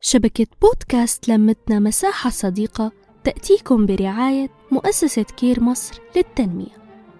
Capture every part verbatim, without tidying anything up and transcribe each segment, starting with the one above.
شبكة بودكاست لمتنا مساحة صديقة تأتيكم برعاية مؤسسة كير مصر للتنمية.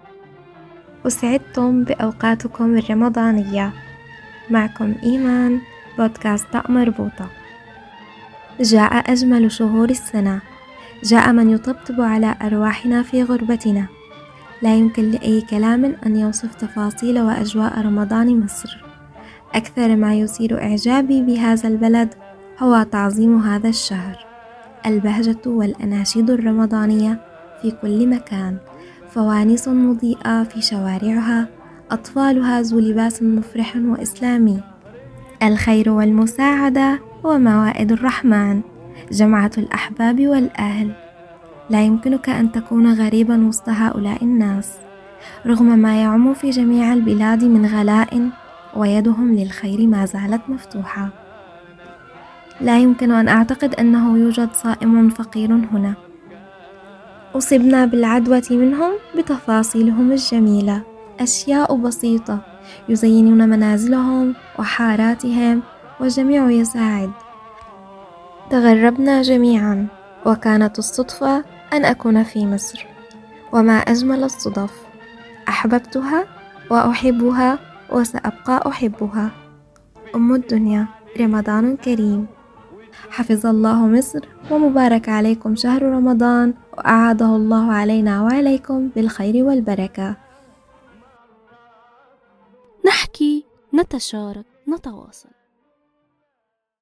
وسعدتم بأوقاتكم الرمضانية. معكم إيمان، بودكاست طاق مربوطة. جاء أجمل شهور السنة، جاء من يطبطب على أرواحنا في غربتنا. لا يمكن لأي كلام أن يوصف تفاصيل وأجواء رمضان مصر. أكثر ما يثير إعجابي بهذا البلد هو تعظيم هذا الشهر، البهجة والأناشيد الرمضانية في كل مكان، فوانيس مضيئة في شوارعها، أطفالها ذو لباس مفرح وإسلامي، الخير والمساعدة وموائد الرحمن، جمعة الأحباب والأهل. لا يمكنك أن تكون غريبا وسط هؤلاء الناس، رغم ما يعم في جميع البلاد من غلاء، ويدهم للخير ما زالت مفتوحة. لا يمكن أن أعتقد أنه يوجد صائم فقير هنا. أصبنا بالعدوى منهم بتفاصيلهم الجميلة، أشياء بسيطة، يزينون منازلهم وحاراتهم والجميع يساعد. تغربنا جميعا، وكانت الصدفة أن أكون في مصر، وما أجمل الصدف. أحببتها وأحبها وسأبقى أحبها. أم الدنيا، رمضان كريم. حفظ الله مصر، ومبارك عليكم شهر رمضان، وأعاده الله علينا وعليكم بالخير والبركة. نحكي، نتشارك، نتواصل.